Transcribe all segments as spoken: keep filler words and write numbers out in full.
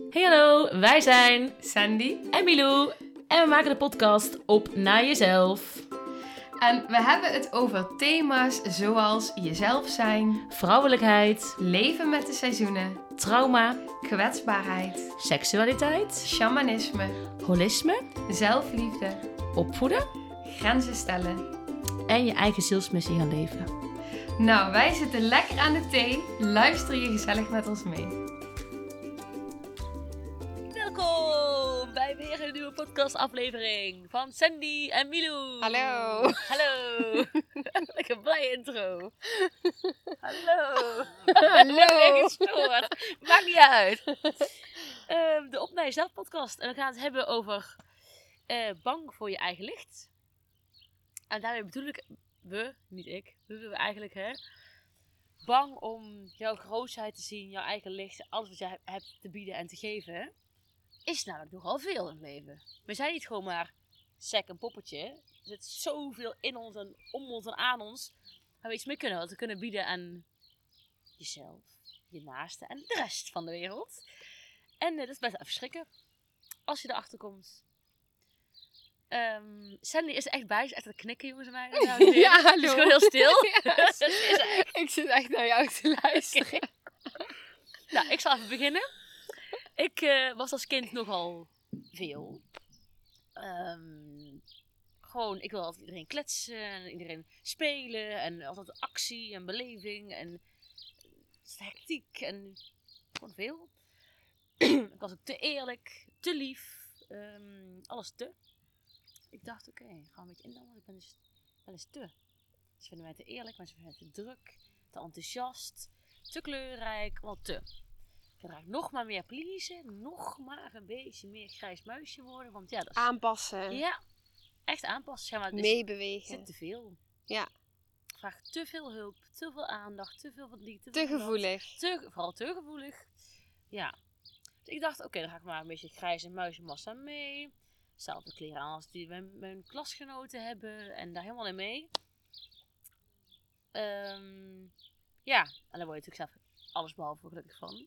Hey hallo, wij zijn Sandy en Milou en we maken de podcast Op Naar Jezelf. en we hebben het over thema's zoals jezelf zijn, Vrouwelijkheid, leven met de seizoenen, trauma, kwetsbaarheid, seksualiteit, shamanisme, holisme, zelfliefde, opvoeden grenzen stellen. en je eigen zielsmissie gaan leven. Nou, wij zitten lekker aan de thee. Luister je gezellig met ons mee. Welkom bij weer een nieuwe podcastaflevering van Sandy en Milou. Hallo. Hallo. Lekker blij intro. Hallo. Hallo. Gestoord. Maakt niet uit. Um, de Op Naar Jezelf podcast. En we gaan het hebben over uh, bang voor je eigen licht. En daarmee bedoel ik, we, niet ik, bedoelen we eigenlijk, hè. Bang om jouw grootheid te zien, jouw eigen licht, alles wat jij hebt te bieden en te geven, is namelijk nogal veel in het leven. We zijn niet gewoon maar sec een poppetje. Er zit zoveel in ons en om ons en aan ons, waar we iets mee kunnen, wat we kunnen bieden aan jezelf, je naaste en de rest van de wereld. En uh, dat is best even schrikken, als je erachter komt. Um, Sandy is er echt bij, ze is echt aan het knikken, jongens en meiden. Nou, Ja, hallo. Ze is gewoon heel stil. Yes. Dat is echt. Ik zit echt naar jou te luisteren. Okay. Nou, ik zal even beginnen. Ik uh, was als kind nogal veel. Um, gewoon, ik wil altijd iedereen kletsen en iedereen spelen. En altijd actie en beleving en hectiek en gewoon veel. Ik was ook te eerlijk, te lief, um, alles te. Ik dacht, oké, okay, ik ga een beetje indammen, ik ben dus wel eens te. Ze vinden mij te eerlijk, mensen vinden mij te druk, te enthousiast, te kleurrijk, wel te. Ik ga nog maar meer pleasen, nog maar een beetje meer grijs muisje worden, want ja, dat is... Aanpassen. Ja, echt aanpassen. Ja, maar het is, meebewegen. zit te veel. Ja. Ik vraag te veel hulp, te veel aandacht, te veel verdriet. Te, te veel gevoelig. Te, vooral te gevoelig. Ja. Dus ik dacht, oké, okay, dan ga ik maar een beetje grijze muizenmassa mee. Zelfde kleren aan als die mijn, mijn klasgenoten hebben. En daar helemaal in mee. Um, ja, en daar word je natuurlijk zelf alles behalve gelukkig van.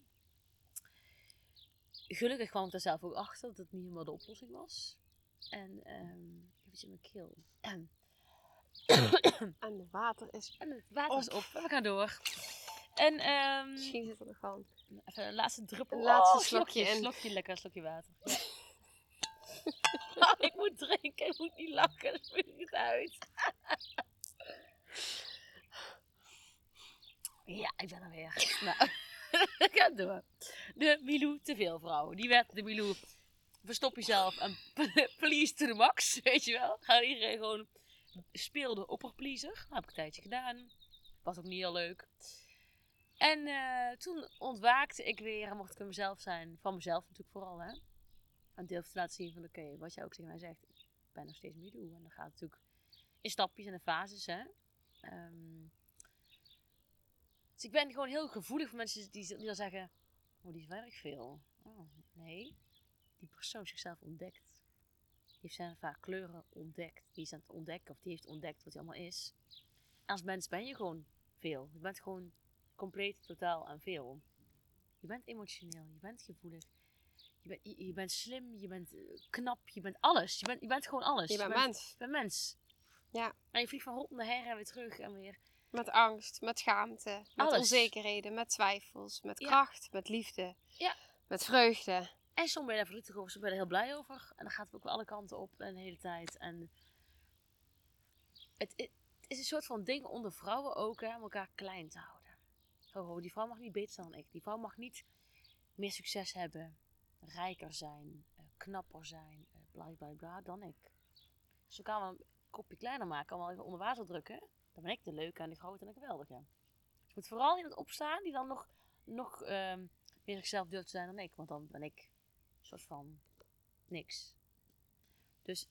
Gelukkig kwam ik er zelf ook achter dat het niet helemaal de oplossing was. En um, ik heb iets in mijn keel. En het water is En het water op. is op. En we gaan door. En um, misschien zit er nog gewoon even een laatste druppel. Een laatste oh, slokje, slokje in. Slokje lekker, slokje water. Ja. Ik moet drinken, ik moet niet lachen, dat moet niet uit. Ja, ik ben er weer. Nou, ga door. De Milou te veel vrouw. Die werd de Milou, verstop jezelf en please to the max, weet je wel. Ga iedereen gewoon speelde opperpleaser. Dat heb ik een tijdje gedaan. Was ook niet heel leuk. En uh, toen ontwaakte ik weer en mocht ik mezelf zijn. Van mezelf natuurlijk vooral, hè. En durfde te laten zien van, oké, okay, wat jij ook tegen mij zegt. Ik ben nog steeds Milou. En dan gaat het natuurlijk in stapjes en in fases, hè. Um, dus ik ben gewoon heel gevoelig voor mensen die, die dan zeggen, oh, die is erg veel. Oh, nee. Die persoon zichzelf ontdekt. Die heeft zijn vaak kleuren ontdekt. Die is aan het ontdekken, of die heeft ontdekt wat hij allemaal is. En als mens ben je gewoon veel. Je bent gewoon compleet, totaal en veel. Je bent emotioneel, je bent gevoelig. Je bent, je, je bent slim, je bent uh, knap, je bent alles. Je bent, je bent gewoon alles. Je bent, je bent mens. Je bent mens. Ja. En je vliegt van hot naar her en weer terug en weer. Met angst, met schaamte, met alles. onzekerheden, met twijfels, met ja. kracht, met liefde, ja. met vreugde. En soms ben je daar verdrietig over, soms ben je er heel blij over. En dan gaat het ook wel alle kanten op en de hele tijd. En het, het is een soort van ding onder vrouwen ook, hè, om elkaar klein te houden. Ho, ho, die vrouw mag niet beter zijn dan ik. Die vrouw mag niet meer succes hebben, rijker zijn, uh, knapper zijn, uh, bla bla bla, dan ik. Dus we gaan een kopje kleiner maken, allemaal even onder water drukken. Dan ben ik de leuke en de grote en de geweldige. Dus je moet vooral iemand opstaan die dan nog, nog um, meer zichzelf durft te zijn dan ik. Want dan ben ik een soort van niks. Dus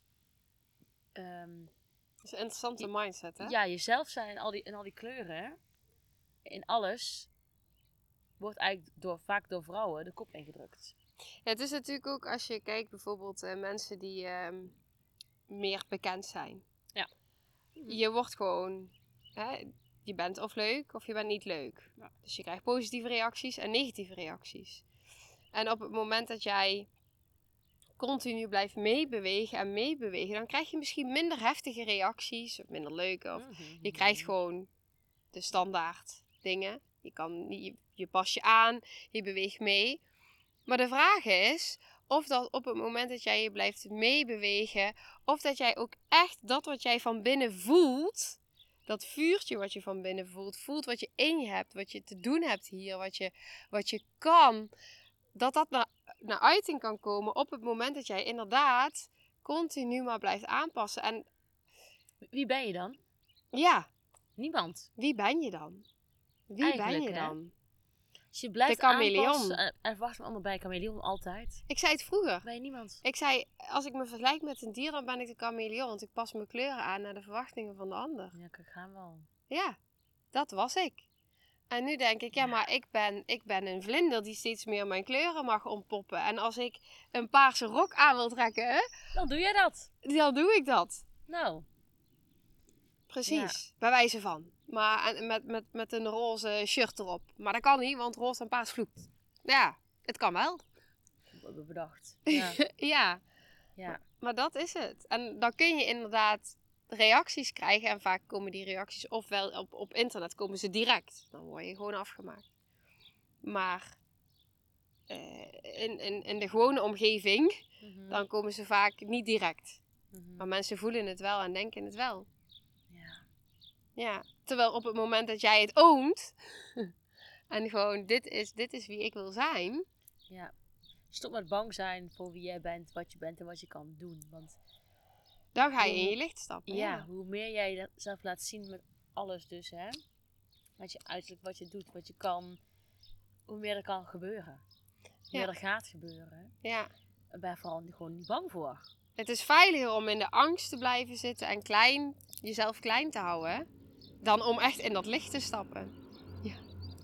um, dat is een interessante je, mindset, hè? Ja, jezelf zijn in al die, in al die kleuren, in alles, wordt eigenlijk door, vaak door vrouwen de kop ingedrukt. Ja, het is natuurlijk ook als je kijkt bijvoorbeeld uh, mensen die uh, meer bekend zijn. Ja. Je wordt gewoon, hè, je bent of leuk of je bent niet leuk. Ja. Dus je krijgt positieve reacties en negatieve reacties. En op het moment dat jij continu blijft meebewegen en meebewegen, dan krijg je misschien minder heftige reacties, of minder leuke. Of Mhm, je krijgt mhm. gewoon de standaard dingen. Je, kan, je, je pas je aan, je beweegt mee. Maar de vraag is of dat op het moment dat jij je blijft meebewegen, of dat jij ook echt dat wat jij van binnen voelt, dat vuurtje wat je van binnen voelt, voelt wat je in je hebt, wat je te doen hebt hier, wat je, wat je kan, dat dat naar, naar uiting kan komen op het moment dat jij inderdaad continu maar blijft aanpassen. En Wie ben je dan? ja, Niemand. wie ben je dan? Wie ben Eigenlijk, je hè? dan? Als je blijft De chameleon. aanpassen en, en verwacht van ander bij chameleon altijd, Ik zei het vroeger. ben je niemand. Ik zei, als ik me vergelijk met een dier, dan ben ik de chameleon. Want ik pas mijn kleuren aan naar de verwachtingen van de ander. Ja, kijk, gaan we al. Ja, dat was ik. En nu denk ik, ja, maar ik ben, ik ben een vlinder die steeds meer mijn kleuren mag ontpoppen. En als ik een paarse rok aan wil trekken, hè, Dan doe jij dat. dan doe ik dat. Nou, Precies, bij wijze van. Maar en met, met, met een roze shirt erop. Maar dat kan niet, want roze en paars vloekt. Ja, het kan wel. we hebben bedacht. Ja, Ja, ja. maar dat is het. En dan kun je inderdaad reacties krijgen. En vaak komen die reacties ofwel op, op internet komen ze direct. Dan word je gewoon afgemaakt. Maar uh, in, in, in de gewone omgeving, Mhm, dan komen ze vaak niet direct. mhm. Maar mensen voelen het wel en denken het wel. Ja. Ja, terwijl op het moment dat jij het oont en gewoon dit is, dit is wie ik wil zijn. Ja. Stop met bang zijn voor wie jij bent, wat je bent en wat je kan doen. Want Dan ga je in hoe, je licht stappen. ja, Ja, hoe meer jij jezelf laat zien met alles dus, hè. Wat je uiterlijk, wat je doet, wat je kan, hoe meer er kan gebeuren. Hoe Ja. meer er gaat gebeuren. ja. Ik ben vooral gewoon niet bang voor. Het is veiliger om in de angst te blijven zitten en klein, jezelf klein te houden, dan om echt in dat licht te stappen. Ja.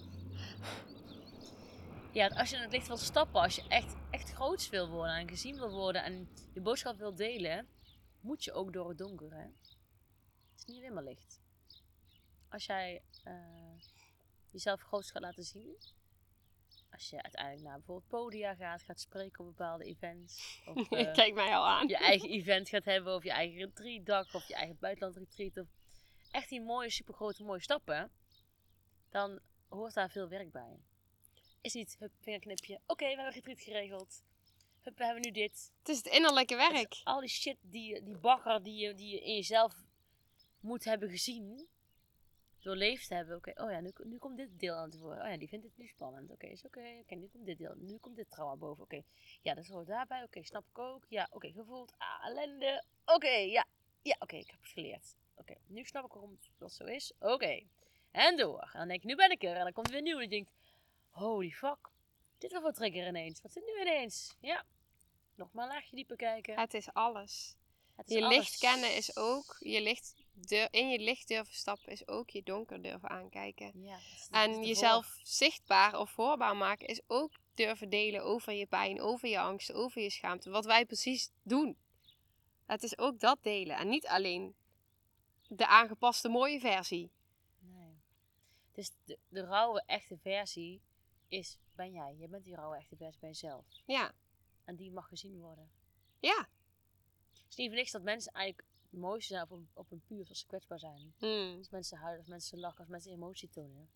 Ja, als je in het licht wil stappen, als je echt, echt groots wil worden en gezien wil worden en je boodschap wil delen, moet je ook door het donker, hè. Het is niet alleen maar licht. Als jij uh, jezelf groots gaat laten zien, als je uiteindelijk naar bijvoorbeeld podia gaat, gaat spreken op bepaalde events, of uh, Kijk mij al aan. je eigen event gaat hebben, of je eigen retreatdag, of je eigen buitenland retreat, of echt die mooie, supergrote mooie stappen, dan hoort daar veel werk bij. Is niet, hup, vingerknipje, oké, okay, we hebben retreat geregeld. Hup, we hebben nu dit. Het is het innerlijke werk. Al die shit, die, die bagger die je, die je in jezelf moet hebben gezien, doorleefd hebben. Oké, okay, oh ja, nu, nu komt dit deel aan het woord. Oh ja, die vindt het nu spannend. Oké, okay, is oké. Okay. Oké, okay, nu komt dit deel. Nu komt dit trauma boven. Oké, okay. Ja, dat hoort daarbij. Oké, okay, snap ik ook. Ja, oké, okay, gevoeld. Ah, ellende. Oké, okay, ja. Ja, oké, okay, ik heb het geleerd. Oké, okay, nu snap ik waarom dat zo is. Oké. Okay. En door. En dan denk ik, nu ben ik er. En dan komt weer nieuw. En ik denk, holy fuck. Dit was wat trigger ineens. Wat zit nu ineens? Ja. Nog maar een laagje dieper kijken. Het is alles. Het is je alles. licht kennen is ook, je licht dur- in je licht durven stappen is ook je donker durven aankijken. Ja, dat is, dat en jezelf zichtbaar of hoorbaar maken is ook durven delen over je pijn, over je angst, over je schaamte. Wat wij precies doen. Het is ook dat delen en niet alleen de aangepaste mooie versie. Nee. Dus de, de rauwe echte versie is, ben jij. Je bent die rauwe echte versie bij jezelf. Ja. En die mag gezien worden. Ja. Het is niet voor niks dat mensen eigenlijk het mooiste zijn op een, op een puur als ze kwetsbaar zijn. Mm. Als mensen huilen, als mensen lachen, als mensen emotie tonen.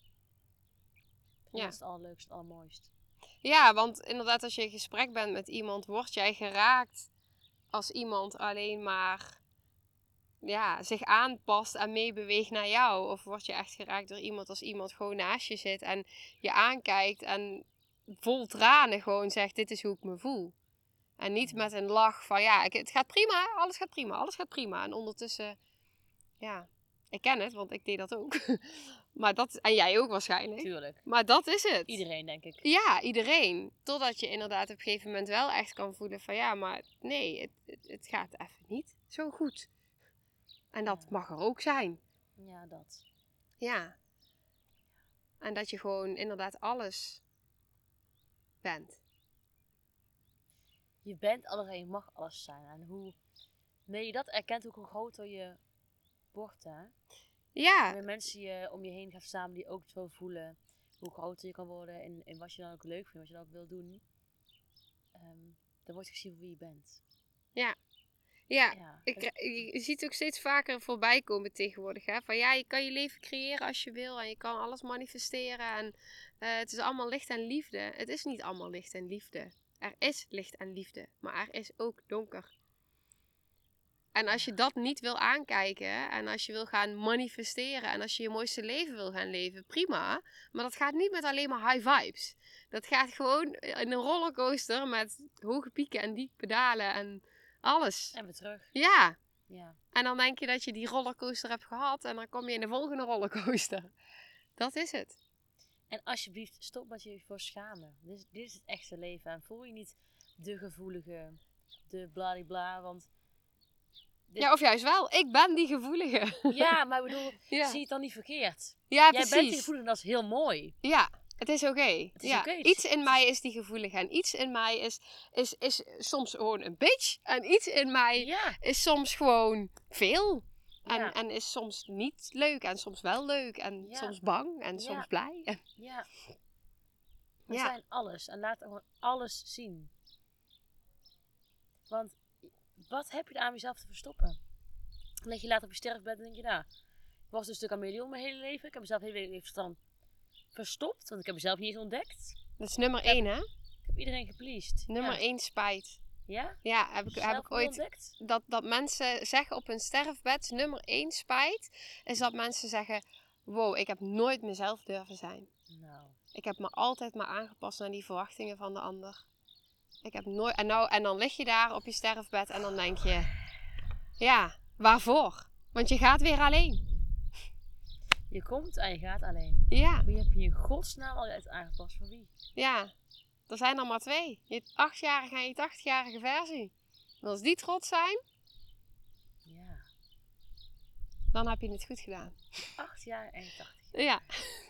Ja. Dat is het allerleukste, het allermooist. Ja, want inderdaad als je in gesprek bent met iemand, word jij geraakt als iemand alleen maar ja, zich aanpast en meebeweegt naar jou? Of word je echt geraakt door iemand als iemand gewoon naast je zit en je aankijkt en vol tranen gewoon zegt, dit is hoe ik me voel. En niet met een lach van, ja, het gaat prima, alles gaat prima, alles gaat prima. En ondertussen, ja, ik ken het, want ik deed dat ook. maar dat, en jij ook waarschijnlijk. Tuurlijk. Maar dat is het. Iedereen, denk ik. Ja, iedereen. Totdat je inderdaad op een gegeven moment wel echt kan voelen van, ja, maar nee, het, het, het gaat even niet zo goed. En dat Ja. mag er ook zijn. Ja, dat. Ja. En dat je gewoon inderdaad alles bent. Je bent alles en je mag alles zijn. En hoe meer je dat erkent, hoe groter je wordt, hè? Ja. Hoe meer mensen je om je heen gaan staan die ook zo voelen. hoe groter je kan worden en, en wat je dan ook leuk vindt, wat je dan ook wil doen. Um, dan word je gezien voor wie je bent. Ja. Ja, Ja, ik, je ziet ook steeds vaker voorbij komen tegenwoordig. Hè? Van ja, je kan je leven creëren als je wil en je kan alles manifesteren. En uh, het is allemaal licht en liefde. Het is niet allemaal licht en liefde. Er is licht en liefde, maar er is ook donker. En als je dat niet wil aankijken en als je wil gaan manifesteren en als je je mooiste leven wil gaan leven, prima. Maar dat gaat niet met alleen maar high vibes. Dat gaat gewoon in een rollercoaster met hoge pieken en diepe dalen en alles. En weer terug. Ja. ja. En dan denk je dat je die rollercoaster hebt gehad en dan kom je in de volgende rollercoaster. Dat is het. En alsjeblieft, stop met je voor schamen. Dit is, dit is het echte leven. En voel je niet de gevoelige, de bladibla, want... Dit... Ja, of juist wel. Ik ben die gevoelige. Ja, maar ik bedoel, ja. zie je het dan niet verkeerd? Ja, Jij precies. bent die gevoelige en dat is heel mooi. Ja, het is oké. Okay. Ja. Okay. Iets in mij is die gevoelige en iets in mij is, is, is soms gewoon een bitch. En iets in mij ja. is soms gewoon veel. En, ja. en is soms niet leuk en soms wel leuk en ja. soms bang en ja. soms blij. Ja. We ja. zijn alles en laat gewoon alles zien. Want wat heb je er aan jezelf te verstoppen? Dan leg je later op je sterfbed en denk je, nou, ik was dus een stuk chameleon mijn hele leven. Ik heb mezelf heel hele leven dan verstopt, want ik heb mezelf niet eens ontdekt. Dat is nummer ik één, heb, hè? Ik heb iedereen gepleased. Nummer ja. één spijt. Ja? Ja, heb ik, heb ik ooit ontdekt? Dat, dat mensen zeggen op hun sterfbed, nummer één spijt, is dat mensen zeggen, wow, ik heb nooit mezelf durven zijn. Nou. Ik heb me altijd maar aangepast naar die verwachtingen van de ander. Ik heb nooit, en, nou, en dan lig je daar op je sterfbed en dan denk je, ja, waarvoor? Want je gaat weer alleen. Je komt en je gaat alleen. Ja. Maar je hebt je in godsnaam altijd aangepast voor wie? Ja, er zijn er maar twee. Je achtjarige en je tachtigjarige versie. En als die trots zijn, ja. dan heb je het goed gedaan. Acht jaar en tachtig. Ja.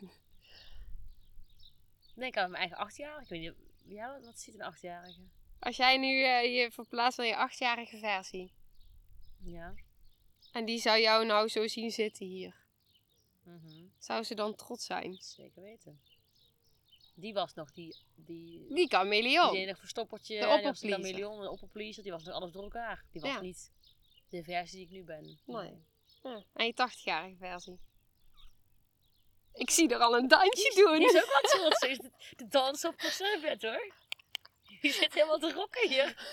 Denk aan mijn eigen achtjarige. Ik weet niet, ja, wat ziet een achtjarige? Als jij nu uh, je verplaatst naar je achtjarige versie. Ja. En die zou jou nou zo zien zitten hier. Mm-hmm. Zou ze dan trots zijn? Zeker weten. Die was nog die... Die, die chameleon. Die enig verstoppertje. De opperpleaser. Die chameleon, de opperpleaser. Die was nog alles door elkaar. Die was ja. niet de versie die ik nu ben. Nee. nee. Ja. En je tachtigjarige versie. Ik zie er al een dansje doen. Die is ook wat trots. Is de, de dans op het sterfbed hoor. Die zit helemaal te rocken hier.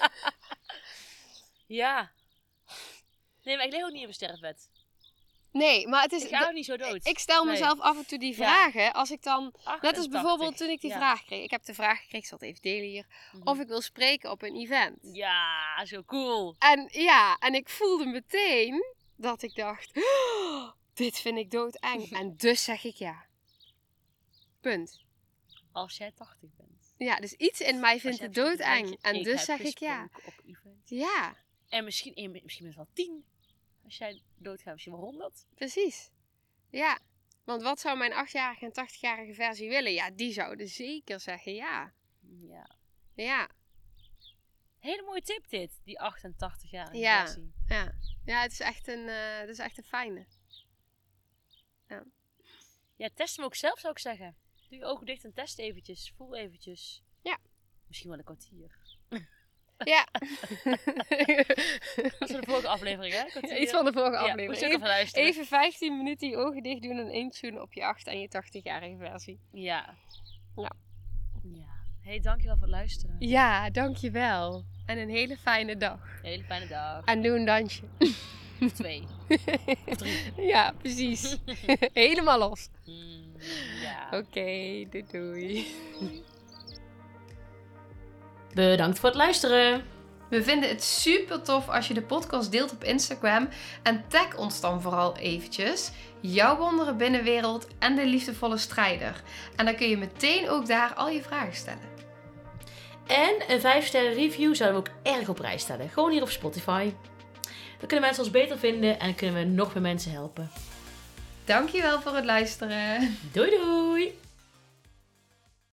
ja. Nee, maar ik lig ook niet op een sterfbed. Nee, maar het is... Ik ga ook niet zo dood. Ik stel mezelf nee. af en toe die vragen. Ja. Als ik dan... achtentachtig. Net als bijvoorbeeld toen ik die ja. vraag kreeg. Ik heb de vraag gekregen, ik zal het even delen hier. Mm-hmm. Of ik wil spreken op een event. Ja, zo cool. En ja, en ik voelde meteen dat ik dacht... Oh, dit vind ik doodeng. En dus zeg ik ja. Punt. Als jij tachtig bent. Ja, dus iets in mij vindt het doodeng. En ik dus zeg ik ja. Op event. Ja. En misschien, misschien is het wel tien. Als jij doodgaat, misschien wel honderd. Precies. Ja. Want wat zou mijn achtjarige en tachtigjarige versie willen? Ja, die zouden zeker zeggen ja. Ja. Ja. Hele mooie tip dit. Die achtentachtigjarige ja. versie. Ja. Ja, het is echt een, uh, het is echt een fijne. Ja. Ja, test hem ook zelf zou ik zeggen. Doe je ogen dicht en test eventjes. Voel eventjes. Ja. Misschien wel een kwartier. Ja. Dat is van de vorige aflevering, hè? Ja, iets van de vorige ja, aflevering. Even, even, even vijftien minuten je ogen dicht doen en intunen op je acht en je tachtigjarige versie. Ja. Ja. Ja. Hey, dankjewel voor het luisteren. Ja, dankjewel. En een hele fijne dag. Een hele fijne dag. En doe een dansje. Of twee. Of drie. Ja, precies. Helemaal los. Mm, ja. Oké, okay, doei doei. Bedankt voor het luisteren. We vinden het super tof als je de podcast deelt op Instagram. En tag ons dan vooral eventjes. Jouw wondere binnenwereld en de liefdevolle strijder. En dan kun je meteen ook daar al je vragen stellen. En een vijf sterren review zouden we ook erg op prijs stellen. Gewoon hier op Spotify. Dan kunnen mensen ons beter vinden en kunnen we nog meer mensen helpen. Dankjewel voor het luisteren. Doei doei!